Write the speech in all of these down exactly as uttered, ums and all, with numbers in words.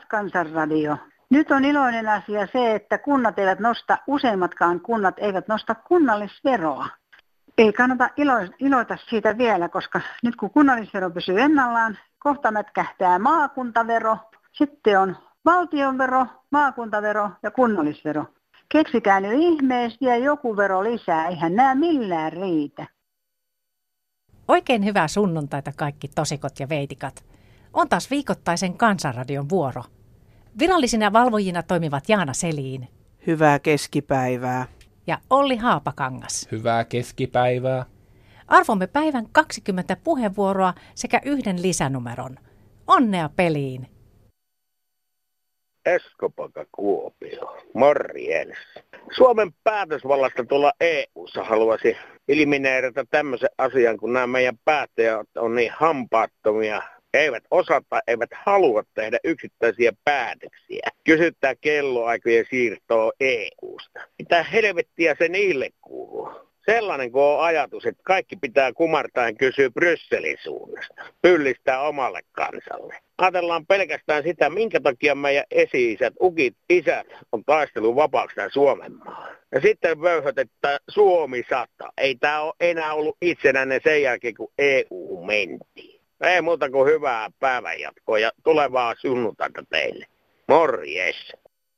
Kansanradio. Nyt on iloinen asia se, että kunnat eivät nosta, useimmatkaan kunnat eivät nosta kunnallisveroa. Ei kannata ilo, iloita siitä vielä, koska nyt kun kunnallisvero pysyy ennallaan, kohta mätkähtää maakuntavero, sitten on valtionvero, maakuntavero ja kunnallisvero. Keksikää nyt ihmeessä vielä joku vero lisää, eihän nämä millään riitä. Oikein hyvää sunnuntaita kaikki tosikot ja veitikat. On taas viikoittaisen Kansanradion vuoro. Virallisina valvojina toimivat Jaana Selin. Hyvää keskipäivää. Ja Olli Haapakangas. Hyvää keskipäivää. Arvomme päivän kaksikymmentä puheenvuoroa sekä yhden lisänumeron. Onnea peliin! Eskopaka Kuopio. Morjens. Suomen päätösvallasta tuolla E U:ssa haluaisin ilmineerata tämmöisen asian, kun nämä meidän päättäjät on niin hampaattomia. Eivät osata, eivät halua tehdä yksittäisiä päätöksiä. Kysyttää kelloaikojen siirtoa E U:sta. Mitä helvettiä se niille kuuluu? Sellainen kun on ajatus, että kaikki pitää kumartaen kysyä Brysselin suunnasta. Pyllistää omalle kansalle. Ajatellaan pelkästään sitä, minkä takia meidän esi-isät, ukit, isät on taistellut vapaaksi tämän Suomen maan. Ja sitten vöyhöt, että Suomi sata. Ei tämä ole enää ollut itsenäinen sen jälkeen, kun E U mentiin. Ei muuta kuin hyvää päivänjatkoa ja tulevaa sunnuntaita teille. Morjes!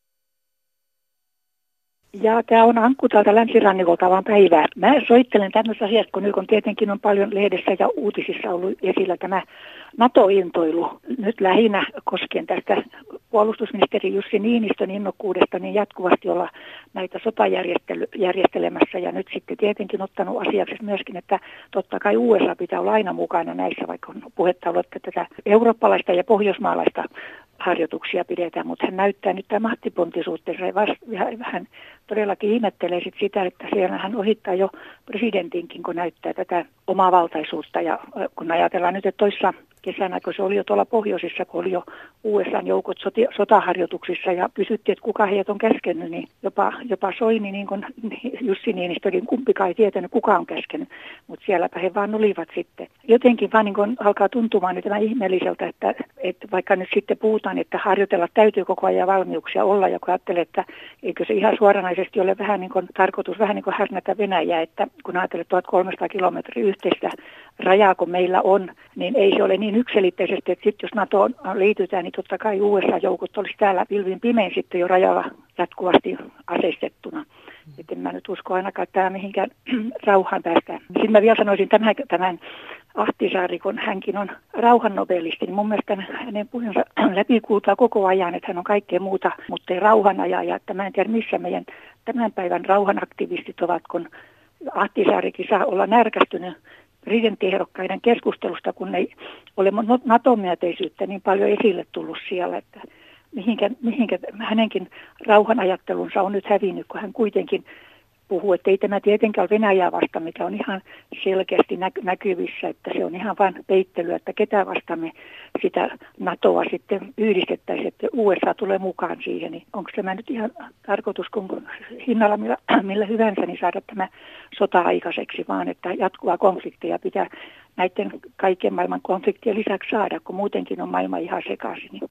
Ja tämä on Ankku täältä länsirannikolta vaan päivää. Mä soittelen tämmöistä asiasta, kun nyt on tietenkin on paljon lehdessä ja uutisissa ollut esillä tämä NATO-intoilu. Nyt lähinnä koskien tästä puolustusministeri Jussi Niinistön innokkuudesta niin jatkuvasti olla näitä sotajärjestelemässä. Ja nyt sitten tietenkin ottanut asiaksi myöskin, että totta kai U S A pitää olla aina mukana näissä, vaikka on puhetta ollut, että tätä eurooppalaista ja pohjoismaalaista harjoituksia pidetään, mutta hän näyttää nyt tämä mahtipontisuutensa ja hän todellakin ihmettelee sit sitä, että siellä hän ohittaa jo presidentinkin, kun näyttää tätä omavaltaisuutta. Ja kun ajatellaan nyt, että toissa kesänä, kun se oli jo tuolla pohjoisissa, kun oli jo U S A:n joukot soti, sotaharjoituksissa ja kysyttiin, että kuka heidät on käskenyt, niin jopa, jopa Soini, niin kuin Jussi Niinistökin, kumpikaan ei tietänyt, kuka on käskenyt, mutta sielläpä he vaan olivat sitten. Jotenkin vaan niin kuin alkaa tuntumaan nyt tämä ihmeelliseltä, että, että vaikka nyt sitten puhutaan, että harjoitella täytyy koko ajan valmiuksia olla, ja kun ajattelee, että eikö se ihan suoranaisesti ole vähän niin kuin tarkoitus vähän niin kuin härnätä Venäjää, että kun ajattelee tuhatkolmesataa kilometriä yhteistä rajaa, kun meillä on, niin ei se ole niin yksiselitteisesti, että sitten jos NATOon liitytään, niin totta kai U S A-joukot olisi täällä pilvin pimein sitten jo rajalla jatkuvasti aseistettuna. Että en mä nyt usko ainakaan, että tämä mihinkään rauhaan päästään. Sitten mä vielä sanoisin tämän, tämän Ahtisaari, kun hänkin on rauhannobelisti, niin mun mielestä hänen puheensa läpikuultaa koko ajan, että hän on kaikkea muuta, mutta ei rauhanajaja. Että mä en tiedä, missä meidän tämän päivän rauhanaktivistit ovat, kun Ahtisaarikin saa olla närkästynyt presidenttiehdokkaiden keskustelusta, kun ei ole NATO-myöteisyyttä niin paljon esille tullut siellä, että mihinkä, mihinkä hänenkin rauhanajattelunsa on nyt hävinnyt, kun hän kuitenkin puhuu, että ei tämä tietenkään ole Venäjää vasta, mikä on ihan selkeästi näky- näkyvissä, että se on ihan vain peittelyä, että ketä vastaan me sitä NATOa sitten yhdistettäisiin, että U S A tulee mukaan siihen. Niin onko tämä nyt ihan tarkoitus, kun hinnalla millä, millä hyvänsä, niin saada tämä sota aikaiseksi, vaan että jatkuvaa konflikteja pitää näiden kaiken maailman konfliktien lisäksi saada, kun muutenkin on maailma ihan sekaisin.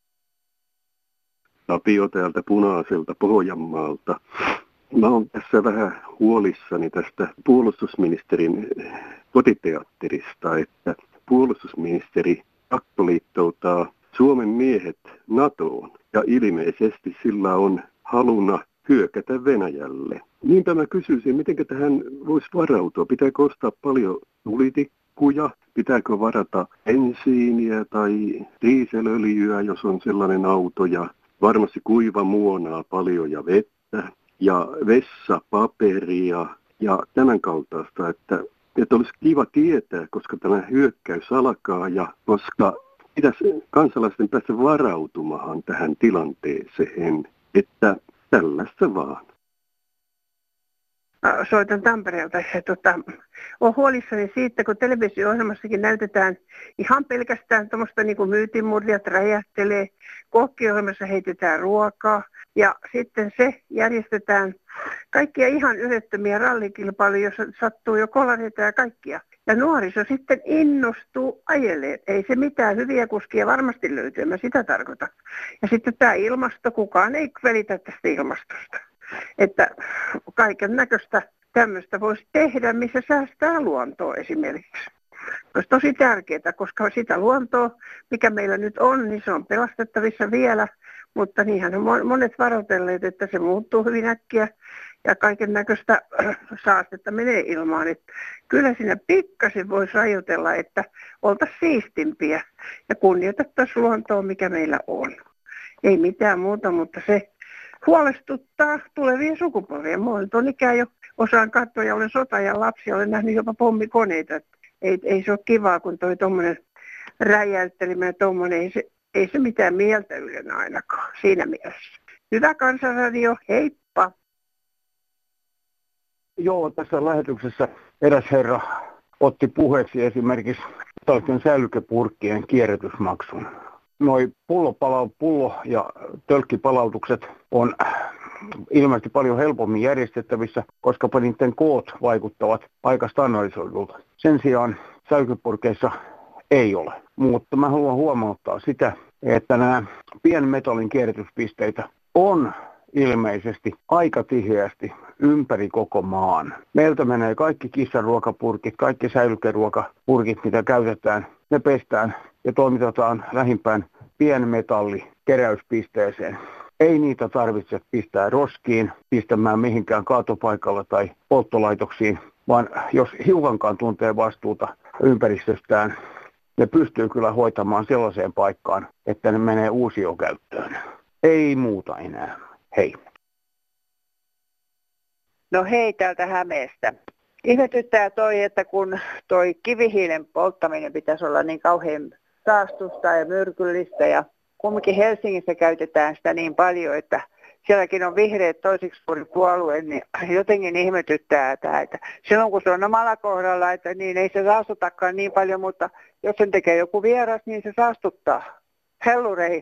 Tapio täältä punaiselta Pohjanmaalta. Mä oon tässä vähän huolissani tästä puolustusministerin kotiteatterista, että puolustusministeri pakkoliittouttaa Suomen miehet NATOon ja ilmeisesti sillä on haluna hyökätä Venäjälle. Niinpä mä kysyisin, miten tähän voisi varautua? Pitääkö ostaa paljon tulitikkuja? Pitääkö varata bensiiniä tai dieselöljyä, jos on sellainen auto? Ja varmasti kuiva muonaa paljon ja vettä. Ja vessapaperia ja tämän kaltaista, että, että olisi kiva tietää, koska tämä hyökkäys alkaa ja koska pitäisi kansalaisten päästä varautumaan tähän tilanteeseen, että tällaista vaan. Soitan Tampereelta. Tota, olen huolissani siitä, kun televisio-ohjelmassakin näytetään ihan pelkästään tuommoista niin kuin myytinmurjat räjähtelee. Kokkiohjelmassa heitetään ruokaa ja sitten se järjestetään kaikkia ihan yhdettömiä rallikilpailuja, jossa sattuu jo kolareita ja kaikkia. Ja nuoriso sitten innostuu ajeleen. Ei se mitään, hyviä kuskia varmasti löytyy, mä sitä tarkoitan. Ja sitten tämä ilmasto, kukaan ei välitä tästä ilmastosta. Että kaiken näköistä tämmöistä voisi tehdä, missä säästää luontoa esimerkiksi. Olisi tosi tärkeää, koska sitä luontoa, mikä meillä nyt on, niin se on pelastettavissa vielä. Mutta niinhän on monet varoitelleet, että se muuttuu hyvin äkkiä ja kaiken näköistä saastetta menee ilmaan. Että kyllä siinä pikkasen voisi rajoitella, että oltaisiin siistimpiä ja kunnioitettaisiin luontoa, mikä meillä on. Ei mitään muuta, mutta se huolestuttaa tulevia sukupolvia. Mä olen tuon ikään jo osaan katsoa ja olen sotaajan lapsi, olen nähnyt jopa pommikoneita. Ei, ei se ole kivaa, kun toi tuommoinen räjäyttelimä tuommoinen, ei se, ei se mitään mieltä ylennä ainakaan siinä mielessä. Hyvä Kansanradio, heippa! Joo, tässä lähetyksessä eräs herra otti puheeksi esimerkiksi toisten säilykepurkkien kierrätysmaksun. Noi pullopala- pullo- ja tölkkipalautukset on ilmeisesti paljon helpommin järjestettävissä, koska niiden koot vaikuttavat aika standardisoidulta. Sen sijaan säilykepurkeissa ei ole. Mutta mä haluan huomauttaa sitä, että nämä pienmetallin kierrätyspisteitä on ilmeisesti aika tiheästi ympäri koko maan. Meiltä menee kaikki kissanruokapurkit, kaikki säilykeruokapurkit, mitä käytetään, ne pestään ja toimitetaan lähimpään pienmetallikeräyspisteeseen. Ei niitä tarvitse pistää roskiin, pistämään mihinkään kaatopaikalla tai polttolaitoksiin, vaan jos hiukankaan tuntee vastuuta ympäristöstään, ne pystyy kyllä hoitamaan sellaiseen paikkaan, että ne menee uusiokäyttöön. Ei muuta enää. Hei. No hei täältä Hämeestä. Ihmetyttää toi, että kun toi kivihiilen polttaminen pitäisi olla niin kauhean saastusta ja myrkyllistä ja kumminkin Helsingissä käytetään sitä niin paljon, että sielläkin on vihreät toisiksi puolue, niin jotenkin ihmetyttää tämä, että silloin kun se on omalla kohdalla, että niin ei se saastutakaan niin paljon, mutta jos sen tekee joku vieras, niin se saastuttaa. Hellurei.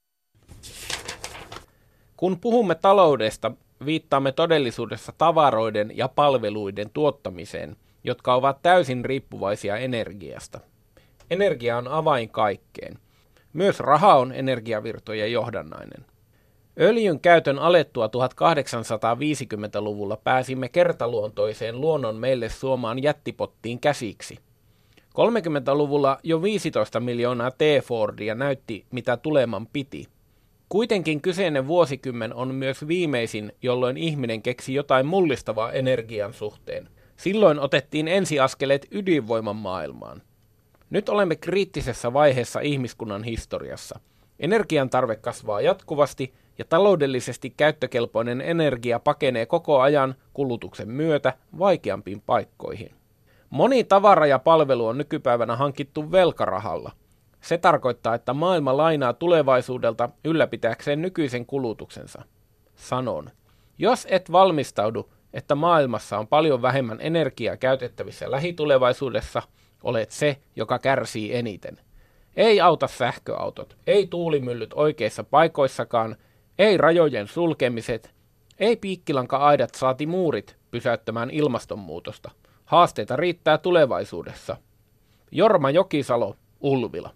Kun puhumme taloudesta, viittaamme todellisuudessa tavaroiden ja palveluiden tuottamiseen, jotka ovat täysin riippuvaisia energiasta. Energia on avain kaikkeen. Myös raha on energiavirtojen johdannainen. Öljyn käytön alettua tuhatkahdeksansataaviisikymmentäluvulla pääsimme kertaluontoiseen luonnon meille suomaan jättipottiin käsiksi. kolmekymmentäluvulla jo viisitoista miljoonaa T-Fordia näytti, mitä tuleman piti. Kuitenkin kyseinen vuosikymmen on myös viimeisin, jolloin ihminen keksi jotain mullistavaa energian suhteen. Silloin otettiin ensiaskeleet ydinvoiman maailmaan. Nyt olemme kriittisessä vaiheessa ihmiskunnan historiassa. Energian tarve kasvaa jatkuvasti ja taloudellisesti käyttökelpoinen energia pakenee koko ajan kulutuksen myötä vaikeampiin paikkoihin. Moni tavara ja palvelu on nykypäivänä hankittu velkarahalla. Se tarkoittaa, että maailma lainaa tulevaisuudelta ylläpitääkseen nykyisen kulutuksensa. Sanon, jos et valmistaudu, että maailmassa on paljon vähemmän energiaa käytettävissä lähitulevaisuudessa, olet se, joka kärsii eniten. Ei auta sähköautot, ei tuulimyllyt oikeissa paikoissakaan, ei rajojen sulkemiset, ei piikkilanka-aidat saati muurit pysäyttämään ilmastonmuutosta. Haasteita riittää tulevaisuudessa. Jorma Jokisalo, Ulvila.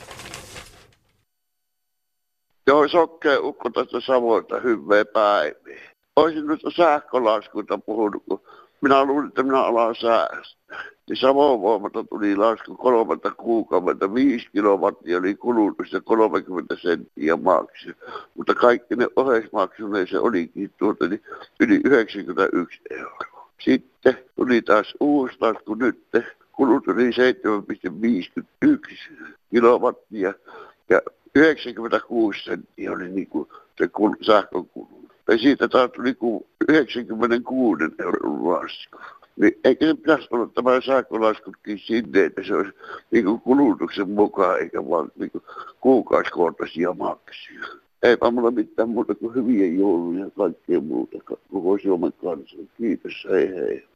Joo, sokkeen ukko tästä Savoilta, hyvää päivää. Olisin nyt sähkölaskuita puhunut, kun minä luulin, että minä alan säästä. Niin Savon Voimalta tuli lasku kolmelta kuukaudelta, viisi kilowattia oli kulutus ja kolmekymmentä senttiä maksu. Mutta kaikki ne oheismaksuneet se olikin tuota niin yli yhdeksänkymmentäyksi euroa. Sitten tuli taas uusi lasku nyt. Kulut oli seitsemän pilkku viisikymmentäyksi kilowattia ja yhdeksänkymmentäkuusi senttiä oli niin kuin se sähkön kulu. Ja siitä taas tuli yhdeksänkymmentäkuusi euron lasku. Niin eikö se pitäisi olla tämä sähkölaskutkin sinne, että se olisi niin kuin kulutuksen mukaan eikä vaan niin kuin kuukausikohtaisia maksuja. Eipä mulla mitään muuta kuin hyviä jouluja ja kaikkea muuta koko Suomen kanssa. Kiitos, hei hei.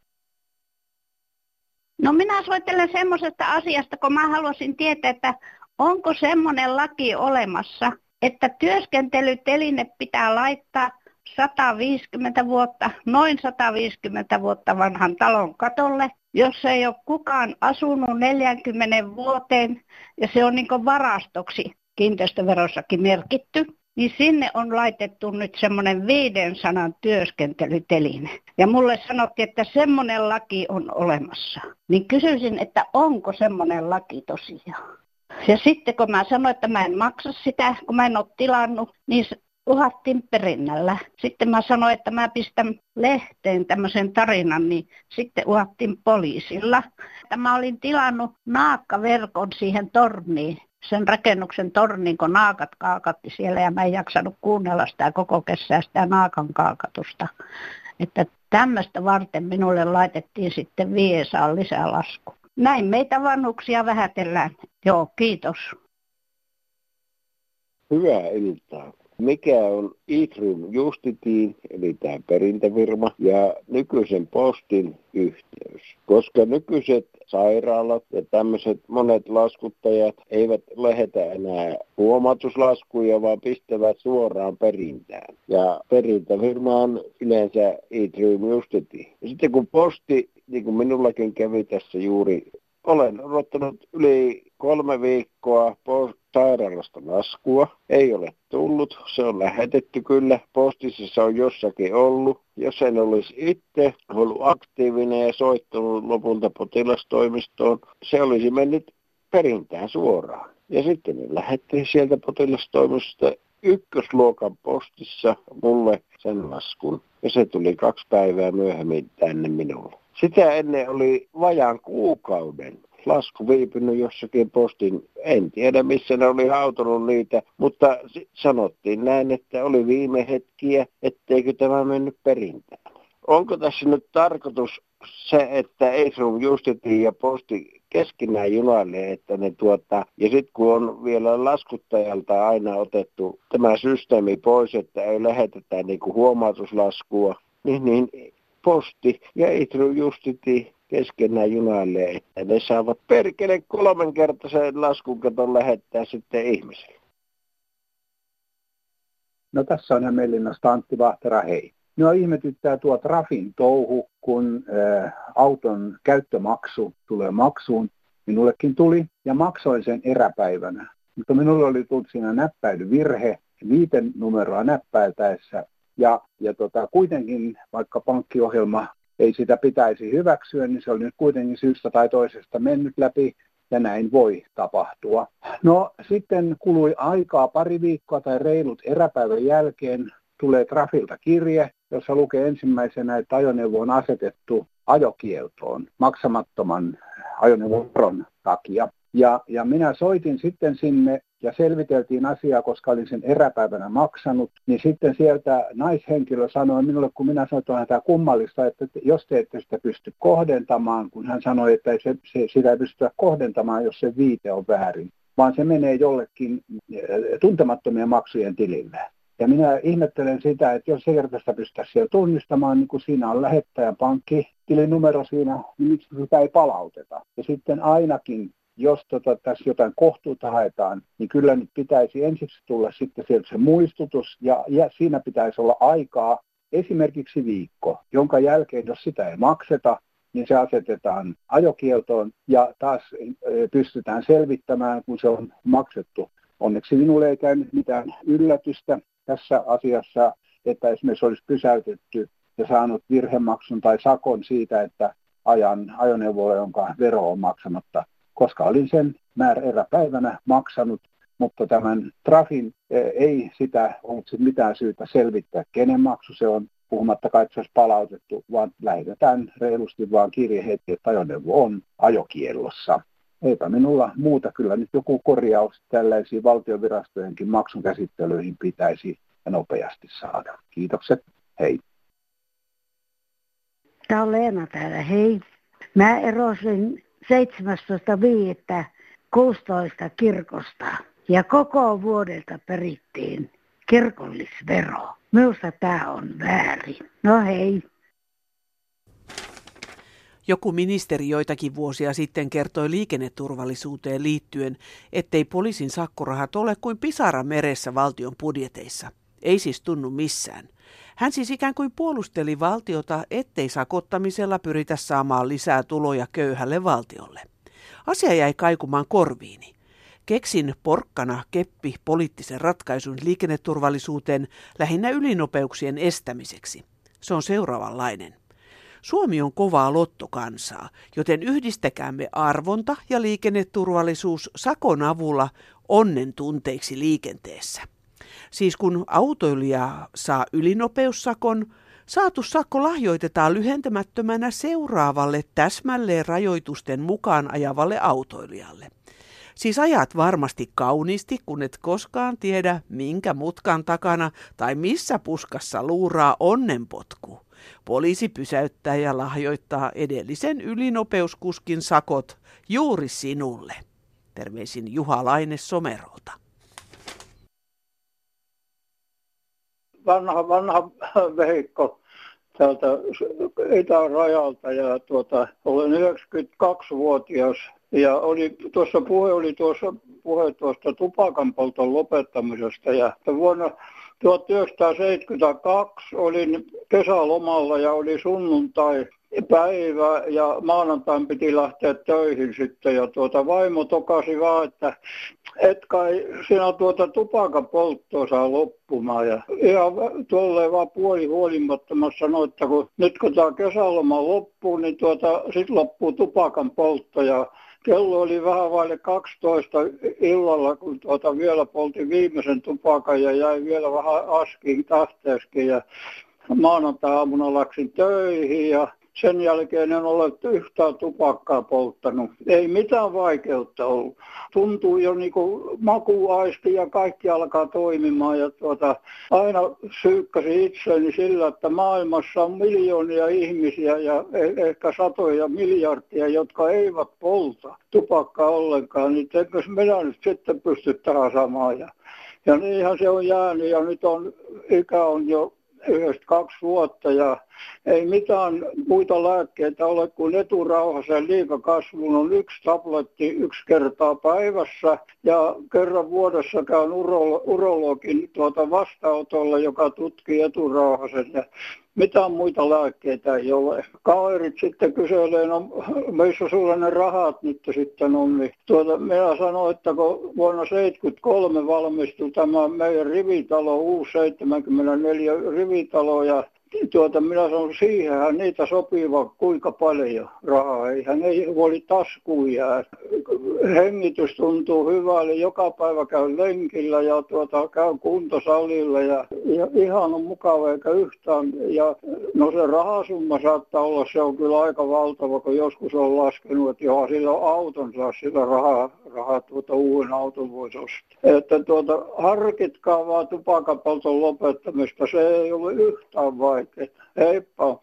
No minä soittelen semmoisesta asiasta, kun mä haluaisin tietää, että onko semmoinen laki olemassa, että työskentelyteline pitää laittaa sata viisikymmentä vuotta, noin sata viisikymmentä vuotta vanhan talon katolle, jos ei ole kukaan asunut neljäkymmentä vuoteen ja se on niin kuin varastoksi kiinteistöverossakin merkitty, niin sinne on laitettu nyt semmoinen viisisataa työskentelyteline. Ja mulle sanottiin, että semmoinen laki on olemassa. Niin kysyisin, että onko semmoinen laki tosiaan. Ja sitten kun mä sanoin, että mä en maksa sitä, kun mä en ole tilannut, niin uhattiin perinnällä. Sitten mä sanoin, että mä pistän lehteen tämmöisen tarinan, niin sitten uhattiin poliisilla. Mä olin tilannut naakkaverkon siihen torniin, sen rakennuksen torniin, kun naakat kaakatti siellä ja mä en jaksanut kuunnella sitä koko kesää sitä naakan kaakatusta. Että tämmöistä varten minulle laitettiin sitten viisaan lisälasku. Näin meitä vanhuksia vähätellään. Joo, kiitos. Hyvää iltaa. Mikä on Itrum Justitiin, eli tämä perintäfirma, ja nykyisen postin yhteys? Koska nykyiset sairaalat ja tämmöiset monet laskuttajat eivät lähetä enää huomautuslaskuja, vaan pistävät suoraan perintään. Ja perintäfirma on yleensä Itrum Justitiin. Ja sitten kun posti, niin kuin minullakin kävi tässä juuri, olen odottanut yli kolme viikkoa sairaalasta laskua. Ei ole tullut. Se on lähetetty kyllä. Postissa se on jossakin ollut. Jos en olisi itse ollut aktiivinen ja soittanut lopulta potilastoimistoon, se olisi mennyt perintään suoraan. Ja sitten ne lähetti sieltä potilastoimistosta ykkösluokan postissa mulle sen laskun. Ja se tuli kaksi päivää myöhemmin tänne minulle. Sitä ennen oli vajaan kuukauden lasku viipynyt jossakin postin, en tiedä missä ne oli hautunut niitä, mutta sanottiin näin, että oli viime hetkiä, etteikö tämä mennyt perintään. Onko tässä nyt tarkoitus se, että Itrum Justitiin ja posti keskenään junaille, että ne tuottaa, ja sitten kun on vielä laskuttajalta aina otettu tämä systeemi pois, että ei lähetetä niinku huomautuslaskua, niin, niin posti ja Itrum Justitiin keskenään junaille, että ne saavat perkele kolmenkertaisen laskun katon lähettää sitten ihmiselle. No tässä on Hämeenlinnasta Antti Vahtera, hei. Minua ihmetyttää tuo Trafin touhu, kun ä, auton käyttömaksu tulee maksuun. Minullekin tuli ja maksoin sen eräpäivänä. Mutta minulle oli tullut siinä näppäilyvirhe, viiten numeroa näppäiltäessä. Ja, ja tota, kuitenkin, vaikka pankkiohjelma ei sitä pitäisi hyväksyä, niin se oli nyt kuitenkin syystä tai toisesta mennyt läpi, ja näin voi tapahtua. No sitten kului aikaa pari viikkoa tai reilut eräpäivän jälkeen, tulee Trafilta kirje, jossa lukee ensimmäisenä, että ajoneuvo on asetettu ajokieltoon maksamattoman ajoneuvoveron takia. Ja, ja minä soitin sitten sinne ja selviteltiin asiaa, koska olin sen eräpäivänä maksanut, niin sitten sieltä naishenkilö sanoi minulle, kun minä sanoin, että on tämä kummallista, että jos te ette sitä pysty kohdentamaan, kun hän sanoi, että se, se, sitä ei pystytä kohdentamaan, jos se viite on väärin, vaan se menee jollekin tuntemattomien maksujen tilille. Ja minä ihmettelen sitä, että jos se kertaista pystyttäisiin siellä tunnistamaan, niin kun siinä on lähettäjän pankkitilinumero siinä, niin miksi sitä ei palauteta. Ja sitten ainakin, jos tota, tässä jotain kohtuuta haetaan, niin kyllä nyt pitäisi ensiksi tulla sitten sieltä se muistutus, ja, ja siinä pitäisi olla aikaa esimerkiksi viikko, jonka jälkeen, jos sitä ei makseta, niin se asetetaan ajokieltoon, ja taas pystytään selvittämään, kun se on maksettu. Onneksi minulle ei käynyt mitään yllätystä tässä asiassa, että esimerkiksi olisi pysäytetty ja saanut virhemaksun tai sakon siitä, että ajan ajoneuvolle, jonka vero on maksamatta, koska olin sen määrä eräpäivänä maksanut, mutta tämän Trafin ei sitä ollut mitään syytä selvittää, kenen maksu se on, puhumattakaan, että se olisi palautettu, vaan lähetetään reilusti vaan kirje heti, että ajoneuvo on ajokiellossa. Eipä minulla muuta, kyllä nyt joku korjaus tällaisiin valtionvirastojenkin maksun käsittelyihin pitäisi ja nopeasti saada. Kiitokset, hei. Tämä on Leena täällä, hei. Mä erosin seitsemästoista viidettä kuusitoista kirkosta ja koko vuodelta perittiin kirkollisvero. Minusta tämä on väärin. No hei. Joku ministeri joitakin vuosia sitten kertoi liikenneturvallisuuteen liittyen, ettei poliisin sakkorahat ole kuin pisara meressä valtion budjeteissa. Ei siis tunnu missään. Hän siis ikään kuin puolusteli valtiota, ettei sakottamisella pyritä saamaan lisää tuloja köyhälle valtiolle. Asia jäi kaikumaan korviini. Keksin porkkana keppi poliittisen ratkaisun liikenneturvallisuuteen lähinnä ylinopeuksien estämiseksi. Se on seuraavanlainen. Suomi on kovaa lottokansaa, joten yhdistäkäämme arvonta ja liikenneturvallisuus sakon avulla onnen tunteiksi liikenteessä. Siis kun autoilija saa ylinopeussakon, saatu sakko lahjoitetaan lyhentämättömänä seuraavalle täsmälleen rajoitusten mukaan ajavalle autoilijalle. Siis ajat varmasti kauniisti, kun et koskaan tiedä, minkä mutkan takana tai missä puskassa luuraa onnenpotku. Poliisi pysäyttää ja lahjoittaa edellisen ylinopeuskuskin sakot juuri sinulle. Terveisin Juha Laine Somerolta. Vanha, vanha Veikko täältä itärajalta ja tuota, olen yhdeksänkymmentäkaksivuotias ja oli, tuossa puhe oli tuossa puhe tuosta tupakanpolton lopettamisesta ja vuonna tuhatyhdeksänsataaseitsemänkymmentäkaksi olin kesälomalla ja oli sunnuntai päivä ja maanantain piti lähteä töihin sitten ja tuota vaimo tokasi vaan, että et kai sinä tuota tupakan polttoa saa loppumaan ja ihan tuolleen vaan puoli huolimattomassa sanoi, että kun, nyt kun tämä kesäloma loppuu, niin tuota sit loppuu tupakan poltto ja kello oli vähän vaille kaksitoista illalla, kun tuota vielä poltin viimeisen tupakan ja jäi vielä vähän askiin tähteeskin ja maanantai-aamuna läksin töihin ja sen jälkeen en ole yhtään tupakkaa polttanut. Ei mitään vaikeutta ollut. Tuntuu jo niin kuin makuaisti ja kaikki alkaa toimimaan. Ja tuota, aina syykkäsin itseäni sillä, että maailmassa on miljoonia ihmisiä ja ehkä satoja miljardia, jotka eivät polta tupakkaa ollenkaan. Niin eikös minä nyt sitten pysty tähän samaan. Ja, ja niinhän se on jäänyt ja nyt on, ikä on jo yhdeksänkymmentäkaksi vuotta ja ei mitään muita lääkkeitä ole kuin eturauhasen liikakasvuun on yksi tabletti yksi kertaa päivässä ja kerran vuodessa käyn urolo- urologin tuota vastaanotolla, joka tutkii eturauhasen ja mitään muita lääkkeitä ei ole. Kaverit sitten kyselee, no missä sulla ne rahat nyt sitten on, niin tuota, minä sanoin, että kun vuonna seitsemänkymmentäkolme valmistui tämä meidän rivitalo, uusi seitsemänkymmentäneljä rivitalo ja tuota, minä sanon, siihenhän niitä sopiva kuinka paljon rahaa, eihän ei voi taskuun jää. Hengitys tuntuu hyvälle, joka päivä käy lenkillä ja tuota, käy kuntosalilla ja, ja ihan on mukava eikä yhtään. Ja no se rahasumma saattaa olla, se on kyllä aika valtava, kun joskus on laskenut, että johon sillä auton saa sillä rahaa, rahaa tuota uuden auton voisi ostaa. Että tuota, harkitkaa vaan tupakanpolton lopettamista, se ei ole yhtään vaikeaa. Heippa.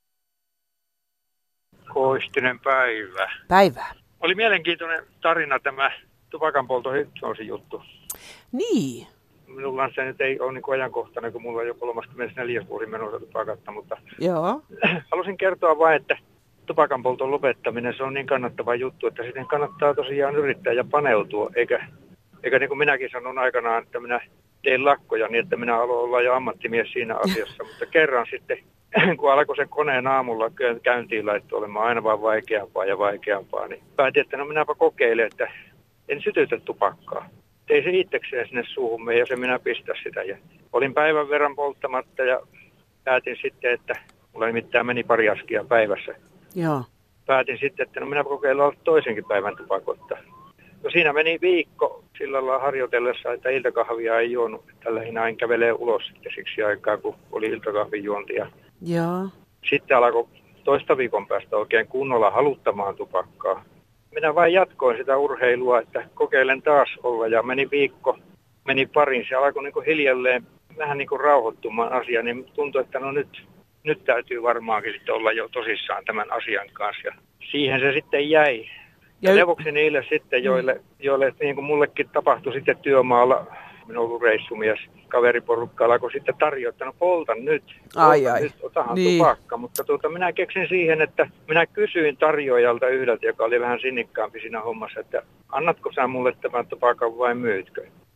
Koistinen päivä. Päivää. Oli mielenkiintoinen tarina tämä tupakanpolton hypnoosi juttu. Niin. Minulla se nyt ei ole niin kuin ajankohtainen, kun mulla on jo kolmaskymmenesneljäs vuosi menossa tupakatta, mutta joo. Halusin kertoa vain, että tupakanpolton lopettaminen se on niin kannattava juttu, että sitten kannattaa tosiaan yrittää ja paneutua, eikä, eikä niin kuin minäkin sanon aikanaan, että minä tein lakkoja niin, että minä haluan olla jo ammattimies siinä asiassa, mutta kerran sitten, kun alkoi se koneen aamulla käyntiin laittu olemaan aina vaan vaikeampaa ja vaikeampaa, niin päätin, että no minäpä kokeilen, että en sytytä tupakkaa. Tein se itsekseen sinne suuhun ja se minä pistä sitä. Ja olin päivän verran polttamatta ja päätin sitten, että mulla nimittäin meni pari askia päivässä. Joo. Päätin sitten, että no minä kokeillaan toisenkin päivän tupakottaa. No siinä meni viikko sillä lailla harjoitellessa, että iltakahvia ei juonut. Tällä hinään kävelee ulos sitten siksi aikaa, kun oli iltakahvin juontia. Joo. Sitten alkoi toista viikon päästä oikein kunnolla haluttamaan tupakkaa. Minä vain jatkoin sitä urheilua, että kokeilen taas olla ja meni viikko, meni parin. Se alkoi niin kuin hiljalleen vähän niin kuin rauhoittumaan asia, niin tuntui, että no nyt, nyt täytyy varmaankin sitten olla jo tosissaan tämän asian kanssa. Ja siihen se sitten jäi. Ja neuvoksi niille sitten, joille, joille niin kuin mullekin tapahtui sitten työmaalla, minä olen ollut reissumies, kaveriporukka alkoi sitten tarjota, että no polta nyt, polta ai, ai. nyt, otahan niin. tupakka. Mutta tuota, minä keksin siihen, että minä kysyin tarjoajalta yhdeltä, joka oli vähän sinnikkaampi siinä hommassa, että annatko sä mulle tämän tupakan vai myytkö?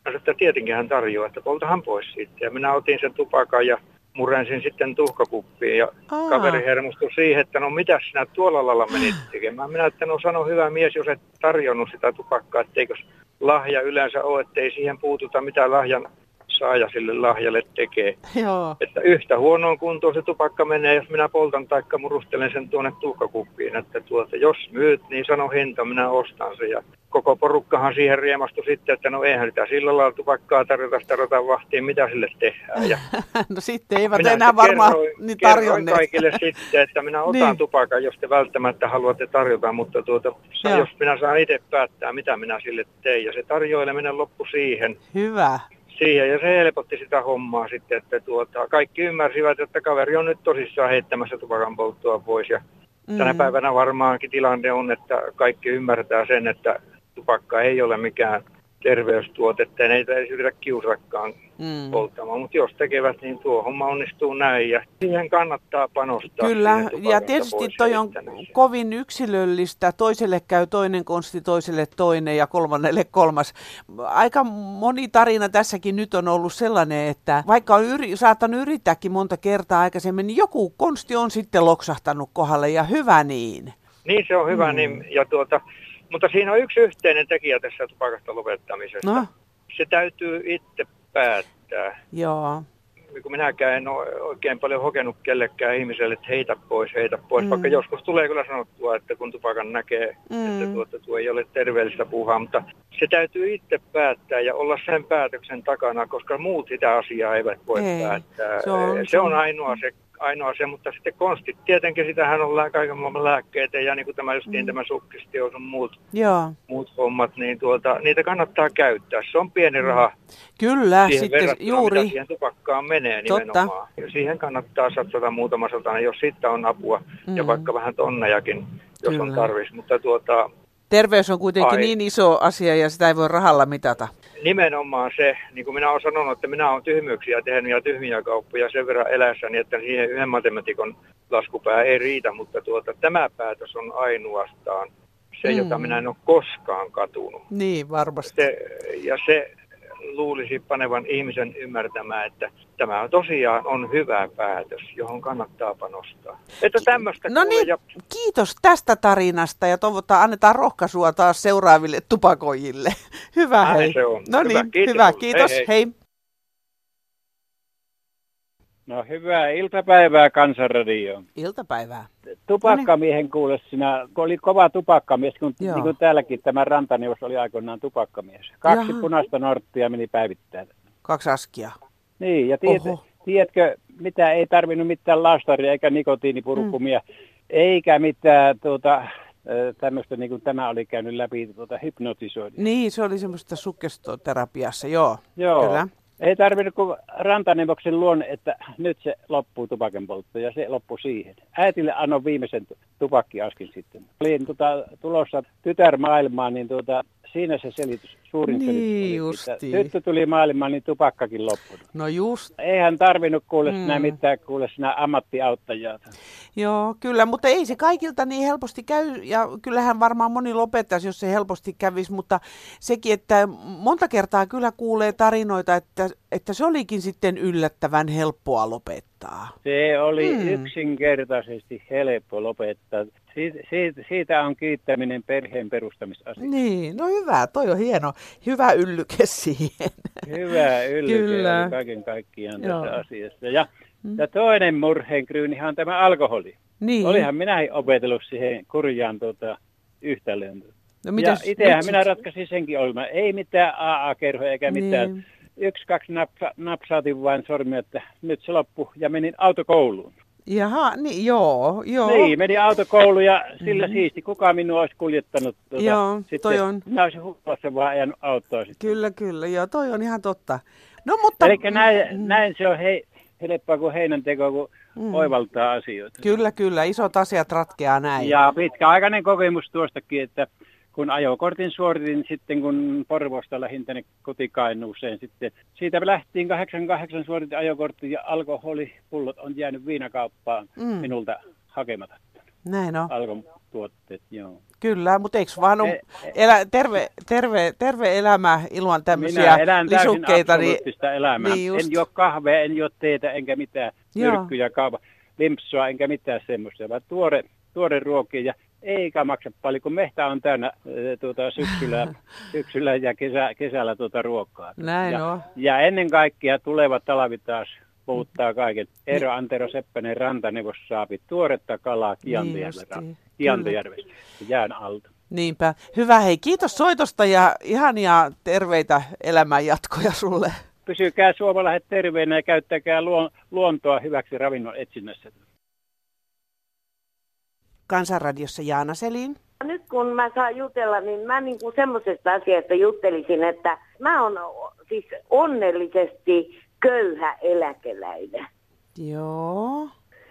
Mä sanoin, että tietenkin hän tarjoaa, että poltahan pois siitä. Ja minä otin sen tupakan ja murensin sitten tuhkakuppiin ja Aa. kaveri hermostui siihen, että no mitä sinä tuolla lailla menit tekemään. Minä, että no sano hyvä mies, jos et tarjonnut sitä tupakkaa, etteikö lahja yleensä ole, ettei siihen puututa, mitä lahjan saaja sille lahjalle tekee. Joo. Että yhtä huonoon kuntoon se tupakka menee, jos minä poltan taikka murustelen sen tuonne tuhkakuppiin. Että tuota, jos myyt, niin sano hinta, minä ostan sen. Ja koko porukkahan siihen riemastui sitten, että no eihän sitä sillä lailla tupakkaa tarjota, sitä rotan vahtiin, mitä sille tehdään. Ja no sitten eivät minä enää varmaan niin tarjonneet. Kaikille sitten, että minä otan niin. tupakan, jos te välttämättä haluatte tarjota, mutta tuota, jos minä saan itse päättää, mitä minä sille tein. Ja se tarjoileminen loppui siihen. Hyvä. Siihen, ja se helpotti sitä hommaa sitten, että tuota, kaikki ymmärsivät, että kaveri on nyt tosissaan heittämässä tupakan polttoa pois. Ja mm. tänä päivänä varmaankin tilanne on, että kaikki ymmärtää sen, että tupakka ei ole mikään terveystuote, että ei edes yritä kiusakkaan mm. polttamaan. Mutta jos tekevät, niin tuo homma onnistuu näin ja siihen kannattaa panostaa. Kyllä, ja tietysti toi on kovin yksilöllistä. Toiselle käy toinen konsti, toiselle toinen ja kolmannelle kolmas. Aika moni tarina tässäkin nyt on ollut sellainen, että vaikka on yri, saattanut yrittääkin monta kertaa aikaisemmin, niin joku konsti on sitten loksahtanut kohdalle ja hyvä niin. Niin se on hyvä, mm. niin, ja tuota... Mutta siinä on yksi yhteinen tekijä tässä tupakasta lopettamisesta. No. Se täytyy itse päättää. Joo. Kun minäkään en ole oikein paljon hokenut kellekään ihmiselle, että heitä pois, heitä pois. Mm. Vaikka joskus tulee kyllä sanottua, että kun tupakan näkee, mm. että tuota, tuo ei ole terveellistä puuhaa. Mutta se täytyy itse päättää ja olla sen päätöksen takana, koska muut sitä asiaa eivät voi ei. päättää. Se on, se on ainoa se. Ainoa se, mutta sitten konstit, tietenkin sitähän on lää, kaiken maailman lääkkeitä ja niin kuin tämä justiin mm. tämä sukkistio on muut, muut hommat, niin tuota, niitä kannattaa käyttää. Se on pieni raha. Kyllä, sitten juuri. Mitä siihen tupakkaan menee nimenomaan. Totta. Ja siihen kannattaa satsata muutama satanen, jos siitä on apua mm. ja vaikka vähän tonnejakin, jos Kyllä. on tarvis. Mutta tuota, terveys on kuitenkin ai, niin iso asia ja sitä ei voi rahalla mitata. Nimenomaan se, niin kuin minä olen sanonut, että minä olen tyhmyyksiä tehnyt ja tyhmiä kauppoja sen verran elässäni, että siihen yhden matematikon laskupää ei riitä, mutta tuota, tämä päätös on ainoastaan se, mm. jota minä en ole koskaan katunut. Niin, varmasti. Se, ja se luulisi panevan ihmisen ymmärtämään, että tämä tosiaan on hyvä päätös, johon kannattaa panostaa. Että tämmöistä no niin, ja... kiitos tästä tarinasta ja toivotaan, annetaan rohkaisua taas seuraaville tupakoijille. Hyvä, Näin hei. Se on. No hyvä, niin, kiitos. hyvä, kiitos, hei, hei. hei. No hyvää iltapäivää Kansanradioon. Iltapäivää. Tupakkamiehen kuule sinä, kun oli kova tupakkamies, kun niin kuin täälläkin tämä Rantaneuvos oli aikoinaan tupakkamies. Kaksi Jaha. punaista norttia meni päivittäin. Kaksi askia. Niin, ja tiet, tiedätkö, mitä ei tarvinnut mitään lastaria eikä nikotiinipurkumia, mm. eikä mitään tuota, tämmöistä, niin kuin tämä oli käynyt läpi, tuota, hypnotisointia. Niin, se oli semmoista sukkestoterapiassa, joo. Joo. Kyllä. Ei tarvinnut kuin Rantaneuvoksen luonne, että nyt se loppuu tupakenpoltto ja se loppui siihen. Äitille annoin viimeisen tupakkiaskin sitten. Olin tuota, tulossa tytärmaailmaan, niin tuota, siinä se selitys, suurin niin selitys oli, että tyttö tuli maailmaan, niin tupakkakin loppui. No just. Eihän tarvinnut kuule mm. sinä mitään, kuule sinä ammattiauttajaa. Joo, kyllä, mutta ei se kaikilta niin helposti käy, ja kyllähän varmaan moni lopettaisi, jos se helposti kävisi, mutta sekin, että monta kertaa kyllä kuulee tarinoita, että, että se olikin sitten yllättävän helppoa lopettaa. Se oli mm. yksinkertaisesti helppo lopettaa. Siitä, siitä, siitä on kiittäminen perheen perustamisasia. Niin, no hyvä, toi on hieno. Hyvä yllyke siihen. Hyvä yllyke kaiken kaikkiaan Joo. tässä asiassa. Ja, mm. ja toinen murheenkryynihan on tämä alkoholi. Niin. Olihan minä opetellut siihen kurjaan tuota, yhtälöön. No, mitäs, ja itsehän minä ratkaisin senkin olemaan. Ei mitään A A-kerhoja eikä mitään. Niin. Yksi, kaksi napsa, napsaatin vain sormia, että nyt se loppui ja menin autokouluun. Jaha, niin joo, joo. Niin, meni autokouluun ja sillä mm-hmm. siisti. Kuka minua olisi kuljettanut? Tuota, joo, sitten toi on. Minä olisin huolassa vaan ajanut autoa sitten. Kyllä, kyllä, joo, toi on ihan totta. No, mutta... Eli näin, mm. näin se on hei, helppoa kuin heinänteko, kun mm. oivaltaa asioita. Kyllä, kyllä, isot asiat ratkeaa näin. Ja pitkäaikainen kokemus tuostakin, että kun ajokortin suoritin sitten, kun Porvoosta lähdin tänne kotikainuuseen sitten. Siitä lähtiin kahdeksankymmentäkahdeksan suoritin ajokortin ja alkoholipullot on jäänyt viinakauppaan mm. minulta hakematta. Näin on. Alkon tuotteet, joo. Kyllä, mutta eikö vaan ole elä, terve, terve, terve elämä ilman tämmöisiä lisukkeita? Minä elän täysin elämää. Niin en juo kahvea, en juo teetä, enkä mitään myrkkyjä, kaupa, limpsua, enkä mitään semmoista, vaan tuore, tuore ruokia. Ja eikä maksa paljon, kun mehtä on täynnä tuota, syksyllä, syksyllä ja kesä, kesällä tuota ruokaa. Näin ja, on. Ja ennen kaikkea tuleva talvi taas puhuttaa kaiken. Eero Antero Seppänen rantaneuvos saapi tuoretta kalaa Kiantojärvestä jään alta. Niinpä. Hyvä, hei, kiitos soitosta ja ihania terveitä elämänjatkoja sulle. Pysykää suomalaiset terveenä ja käyttäkää luon, luontoa hyväksi ravinnon etsinnässä. Kansanradiossa Jaana Selin. Nyt kun mä saan jutella, niin mä niin kuin semmoisesta asiasta juttelisin, että mä oon siis onnellisesti köyhä eläkeläinen. Joo.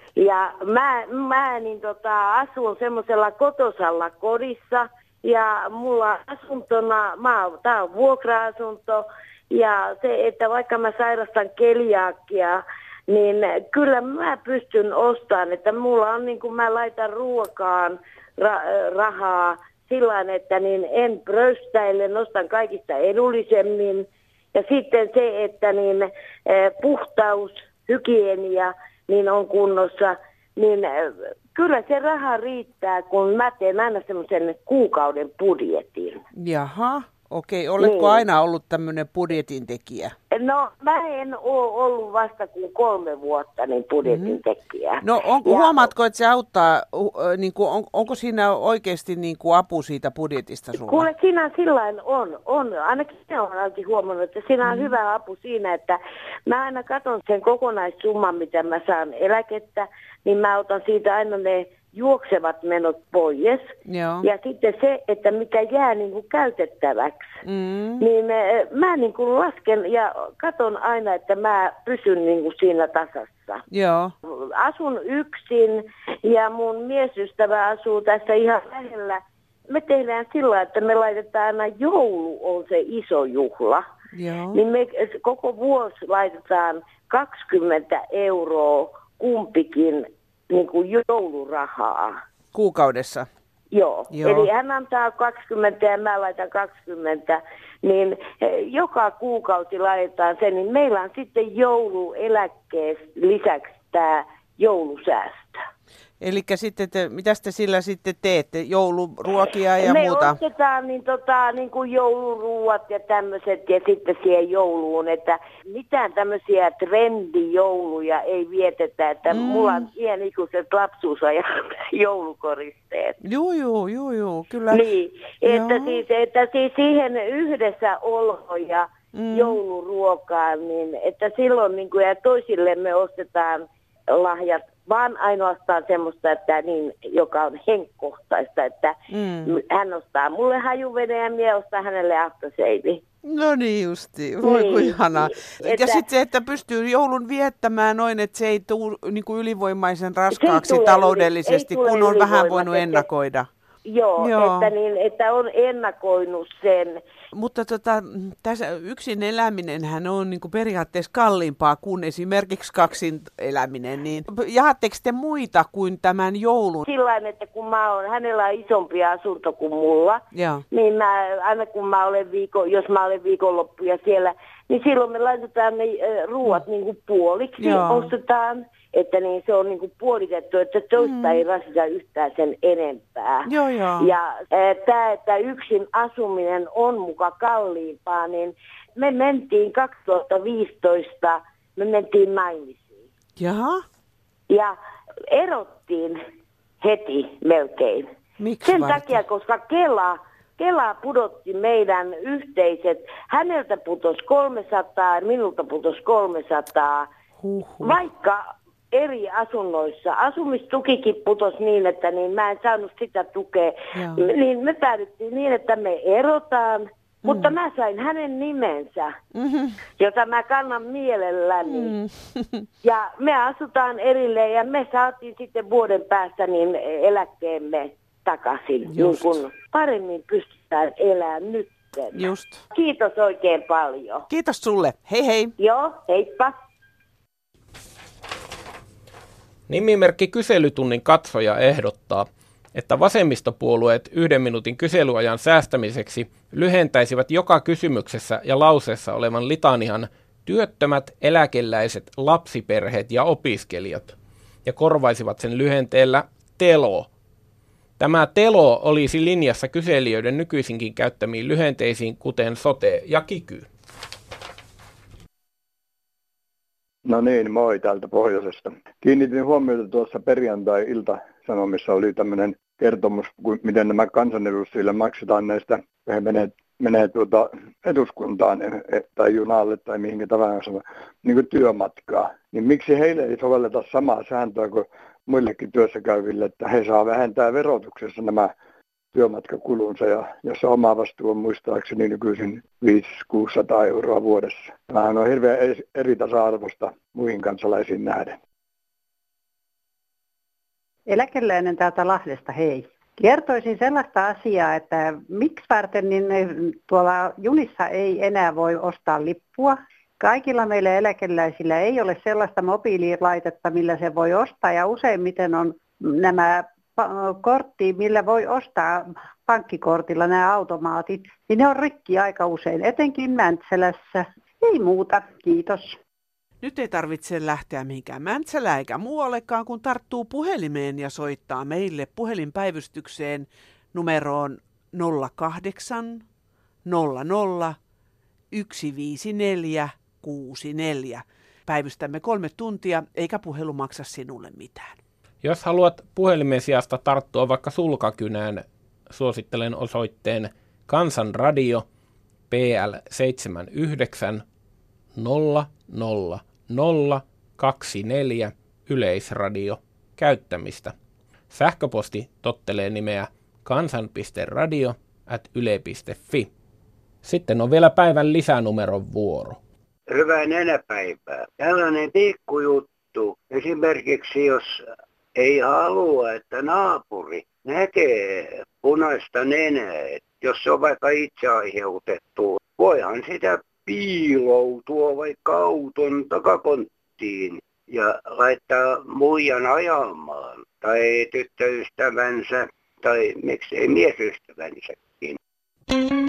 Ja mä, mä niin tota, asun semmoisella kotosalla kodissa ja mulla asuntona, mä, tää on vuokra-asunto ja se, että vaikka mä sairastan keliakiaa, niin kyllä mä pystyn ostamaan, että mulla on niin kuin mä laitan ruokaan ra- rahaa sillain, että niin en pröstäile, nostan kaikista edullisemmin. Ja sitten se, että niin eh, puhtaus, hygienia niin on kunnossa, niin eh, kyllä se raha riittää, kun mä teen aina semmoisen kuukauden budjetin. Jaha. Okei, oletko niin. aina ollut tämmöinen budjetin tekijä? No, mä en ole ollut vasta kuin kolme vuotta niin budjetin mm-hmm. tekijä. No, on, ja, huomaatko, että se auttaa, niin kuin, on, onko siinä oikeasti niin kuin apu siitä budjetista sulla? Kuule, siinä sillain on, on. Ainakin minä olen ainakin huomannut, että siinä on mm-hmm. hyvä apu siinä, että mä aina katson sen kokonaissumman, mitä mä saan eläkettä, niin mä otan siitä aina ne juoksevat menot pois. Joo. Ja sitten se, että mikä jää niin kuin käytettäväksi, mm. niin mä niin kuin lasken ja katson aina, että mä pysyn niin kuin siinä tasassa. Joo. Asun yksin ja mun miesystävä asuu tässä ihan lähellä. Me tehdään sillä, että me laitetaan aina joulu on se iso juhla. Joo. Niin me koko vuosi laitetaan kaksikymmentä euroa kumpikin niin kuin joulurahaa. Kuukaudessa? Joo. Joo. Eli hän antaa kaksikymmentä ja mä laitan kaksikymmentä, niin joka kuukausi laitetaan sen, niin meillä on sitten joulueläkkeessä lisäksi tämä joulusäästö. Eli sitten te, mitäs te sillä sitten teette? Jouluruokia ja me muuta? Me ostetaan niin, tota, niin kuin jouluruuat ja tämmöiset ja sitten siihen jouluun, että mitään tämmöisiä trendijouluja ei vietetä, että mm. mulla on iänikuiset lapsuusajat joulukoristeet. Joo, joo, joo, joo, kyllä. Niin, että siis, että siis siihen yhdessä olo ja mm. jouluruokaan, niin että silloin niin kuin, ja toisille me ostetaan lahjat, vaan ainoastaan semmoista, että niin, joka on henkkohtaista, että mm. hän ostaa mulle hajuveden ja minä ostan hänelle aftershave. No niin justi, voi niin, kuin ihanaa. Niin, ja että, sitten se, että pystyy joulun viettämään noin, että se ei tule niin kuin ylivoimaisen raskaaksi taloudellisesti, kun on vähän voinut ennakoida. Joo, Joo. Että, niin, että on ennakoinut sen. Mutta tota, tässä yksin eläminenhän on niin kuin periaatteessa kalliimpaa kuin esimerkiksi kaksin eläminen. Niin jaatteko te muita kuin tämän joulun? Sillain, että kun mä oon, hänellä on isompi asunto kuin mulla, Joo. niin mä, aina kun mä olen viikon, jos mä olen viikonloppuja siellä, niin silloin me laitetaan ne äh, ruuat niin kuin puoliksi, Joo. ostetaan. Että niin se on niin kuin puolitettu, että toista mm. ei rasita yhtään sen enempää. Joo, joo. Ja tämä, että yksin asuminen on muka kalliimpaa, niin me mentiin kaksituhattaviisitoista, me mentiin naimisiin. Jaha. Ja erottiin heti melkein. Miksi sen varten? Takia, koska Kela, Kela pudotti meidän yhteiset, häneltä putosi kolmesataa, minulta putosi kolmesataa, Huhhuh. Vaikka eri asunnoissa. Asumistukikin putosi niin, että niin mä en saanut sitä tukea. Joo. Niin me päädyttiin niin, että me erotaan, mm. mutta mä sain hänen nimensä, mm-hmm. jota mä kannan mielelläni. Mm. Ja me asutaan erilleen ja me saatiin sitten vuoden päästä niin eläkkeemme takaisin. Niin kun paremmin pystytään elämään nyt. Just. Kiitos oikein paljon. Kiitos sulle. Hei hei. Joo, heippa. Nimimerkki Kyselytunnin katsoja ehdottaa, että vasemmistopuolueet yhden minuutin kyselyajan säästämiseksi lyhentäisivät joka kysymyksessä ja lauseessa olevan litanian työttömät, eläkeläiset, lapsiperheet ja opiskelijat ja korvaisivat sen lyhenteellä telo. Tämä telo olisi linjassa kyselijöiden nykyisinkin käyttämiin lyhenteisiin, kuten sote ja kiky. No niin, moi täältä pohjoisesta. Kiinnitin huomiota tuossa perjantai-iltasanomissa oli tämmöinen kertomus, miten nämä kansanedustajille maksetaan näistä, he menee, menee tuota eduskuntaan tai junalle tai mihinkä tahansa niin kuin työmatkaa. Niin miksi heille ei sovelleta samaa sääntöä kuin muillekin työssä käyville, että he saa vähentää verotuksessa nämä työmatkakulunsa, ja jos oma vastuu on muistaakseni nykyisin viisi kuusisataa euroa vuodessa. Tämähän on hirveän eri tasa-arvosta muihin kansalaisiin nähden. Eläkeläinen täältä Lahdesta, hei. Kertoisin sellaista asiaa, että miksi varten niin tuolla junissa ei enää voi ostaa lippua. Kaikilla meillä eläkeläisillä ei ole sellaista mobiililaitetta, millä se voi ostaa, ja useimmiten on nämä kortti, millä voi ostaa pankkikortilla nämä automaatit, niin ne on rikki aika usein, etenkin Mäntsälässä. Ei muuta, kiitos. Nyt ei tarvitse lähteä mihinkään Mäntsälään eikä muuallekaan, kun tarttuu puhelimeen ja soittaa meille puhelinpäivystykseen numeroon nolla kahdeksan nolla nolla yksi viisi neljä kuusi neljä. Päivystämme kolme tuntia, eikä puhelu maksa sinulle mitään. Jos haluat puhelimen sijasta tarttua vaikka sulkakynään, suosittelen osoitteen Kansanradio P L seitsemänkymmentäyhdeksän nolla nolla nolla kaksikymmentäneljä Yleisradio käyttämistä. Sähköposti tottelee nimeä kansan piste radio ät yle piste fi. Sitten on vielä päivän lisänumeron vuoro. Hyvää nenäpäivää. Tällainen pikkujuttu. Esimerkiksi jos ei halua, että naapuri näkee punaista nenää, jos se on vaikka itse aiheutettu, voihan sitä piiloutua vaikka auton takakonttiin ja laittaa muijan ajamaan, tai tyttöystävänsä, tai miksei miesystävänsäkin.